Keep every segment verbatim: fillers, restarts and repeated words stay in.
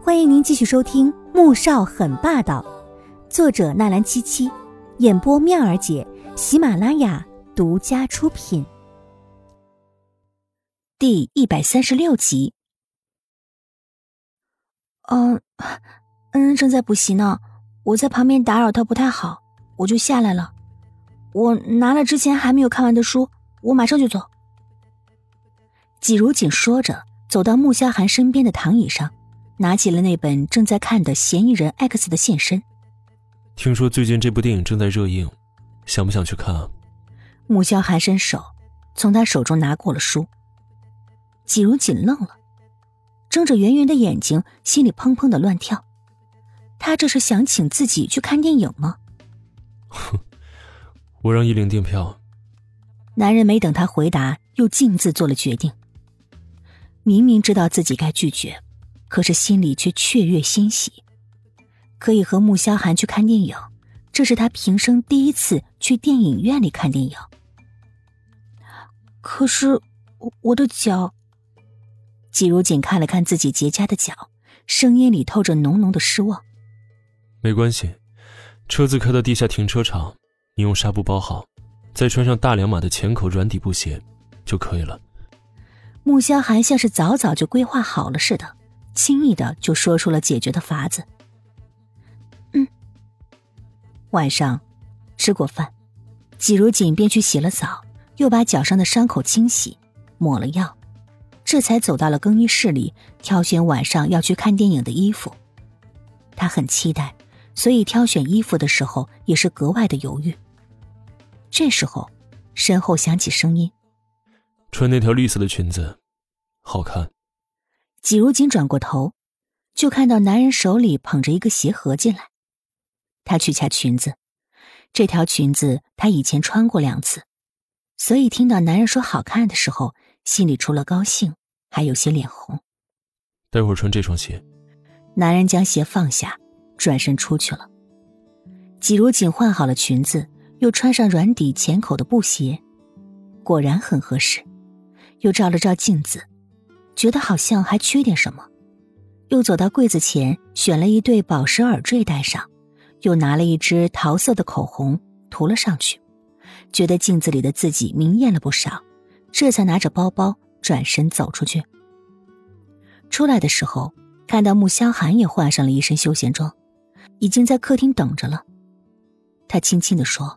欢迎您继续收听《穆少很霸道》，作者纳兰七七，演播妙儿姐，喜马拉雅独家出品。第一百三十六集。嗯，恩恩正在补习呢，我在旁边打扰他不太好，我就下来了。我拿了之前还没有看完的书，我马上就走。季如锦说着，走到穆萧寒身边的躺椅上，拿起了那本正在看的《嫌疑人 X 的现身》。 听说最近这部电影正在热映，想不想去看啊？ 穆萧寒伸手从他手中拿过了书。季如锦愣了，睁着圆圆的眼睛，心里砰砰的乱跳。他这是想请自己去看电影吗？ 哼，我让依琳订票。 男人没等他回答，又径自做了决定。明明知道自己该拒绝，可是心里却雀跃欣喜。可以和穆萧寒去看电影，这是他平生第一次去电影院里看电影。可是我的脚……季如锦看了看自己结痂的脚，声音里透着浓浓的失望。 没关系，车子开到地下停车场，你用纱布包好，再穿上大两码的前口软底布鞋就可以了。 穆萧寒像是早早就规划好了似的，轻易的就说出了解决的法子。嗯。晚上吃过饭，季如锦便去洗了澡，又把脚上的伤口清洗，抹了药，这才走到了更衣室里，挑选晚上要去看电影的衣服。他很期待，所以挑选衣服的时候也是格外的犹豫。这时候身后响起声音， 穿那条绿色的裙子好看。 季如锦转过头，就看到男人手里捧着一个鞋盒进来。他取下裙子，这条裙子他以前穿过两次，所以听到男人说好看的时候，心里除了高兴还有些脸红。 待会儿穿这双鞋。 男人将鞋放下，转身出去了。季如锦换好了裙子，又穿上软底前口的布鞋，果然很合适。又照了照镜子，觉得好像还缺点什么，又走到柜子前，选了一对宝石耳坠戴上，又拿了一支桃色的口红涂了上去，觉得镜子里的自己明艳了不少，这才拿着包包转身走出去。出来的时候，看到穆萧寒也换上了一身休闲装，已经在客厅等着了。他轻轻地说：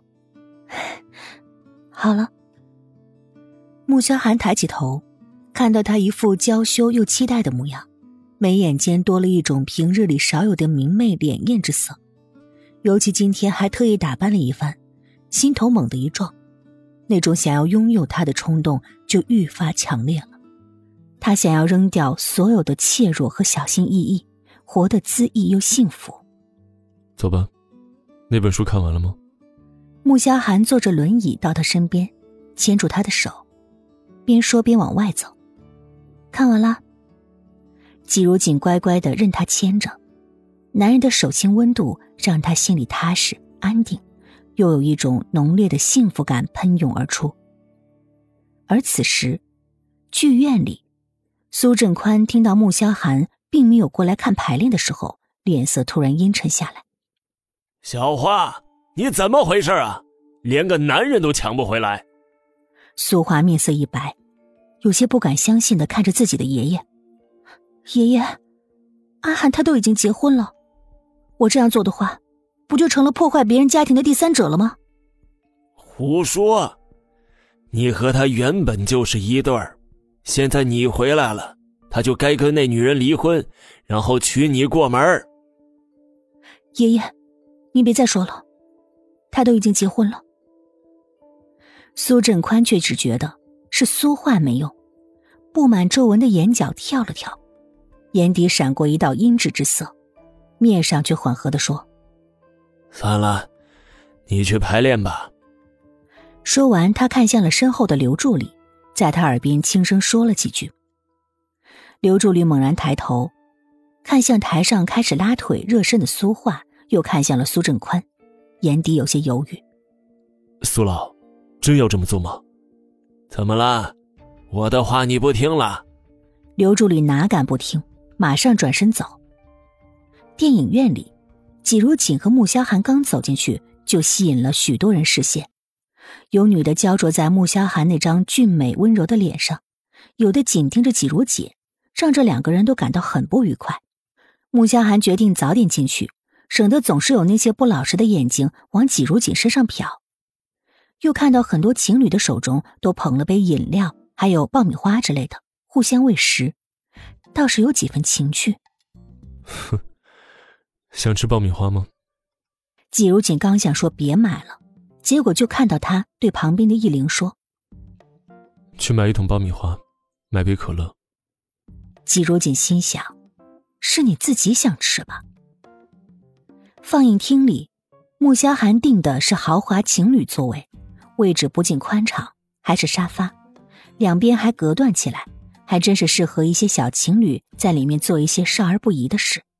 好了。穆萧寒抬起头，看到他一副娇羞又期待的模样，眉眼间多了一种平日里少有的明媚潋滟之色，尤其今天还特意打扮了一番，心头猛地一撞，那种想要拥有他的冲动就愈发强烈了。他想要扔掉所有的怯弱和小心翼翼，活得恣意又幸福。 走吧，那本书看完了吗？ 穆萧寒坐着轮椅到他身边，牵住他的手，边说边往外走。看完了。季如锦乖乖地任他牵着，男人的手心温度让他心里踏实安定，又有一种浓烈的幸福感喷涌而出。而此时剧院里，苏振宽听到穆萧寒并没有过来看排练的时候，脸色突然阴沉下来。 小花，你怎么回事啊？连个男人都抢不回来。 苏华面色一白，有些不敢相信地看着自己的爷爷。爷爷，阿寒他都已经结婚了，我这样做的话，不就成了破坏别人家庭的第三者了吗？ 胡说，你和他原本就是一对儿，现在你回来了，他就该跟那女人离婚，然后娶你过门。 爷爷，你别再说了，他都已经结婚了。苏振宽却只觉得是苏话没用，布满皱纹的眼角跳了跳，眼底闪过一道阴鸷之色，面上却缓和地说： 算了，你去排练吧。 说完，他看向了身后的刘助理，在他耳边轻声说了几句。刘助理猛然抬头，看向台上开始拉腿热身的苏话，又看向了苏振宽，眼底有些犹豫。 苏老，真要这么做吗？ 怎么了？我的话你不听了？ 刘助理哪敢不听，马上转身走。 电影院里，季如锦和穆萧寒刚走进去，就吸引了许多人视线。有女的焦灼在穆萧寒那张俊美温柔的脸上，有的紧盯着季如锦，让这两个人都感到很不愉快。穆萧寒决定早点进去，省得总是有那些不老实的眼睛往季如锦身上瞟。又看到很多情侣的手中都捧了杯饮料，还有爆米花之类的，互相喂食，倒是有几分情趣。 哼，想吃爆米花吗？ 季如锦刚想说别买了，结果就看到他对旁边的易灵说： 去买一桶爆米花，买杯可乐。 季如锦心想，是你自己想吃吧。放映厅里，穆萧寒订的是豪华情侣座位，位置不仅宽敞，还是沙发，两边还隔断起来，还真是适合一些小情侣在里面做一些少儿不宜的事。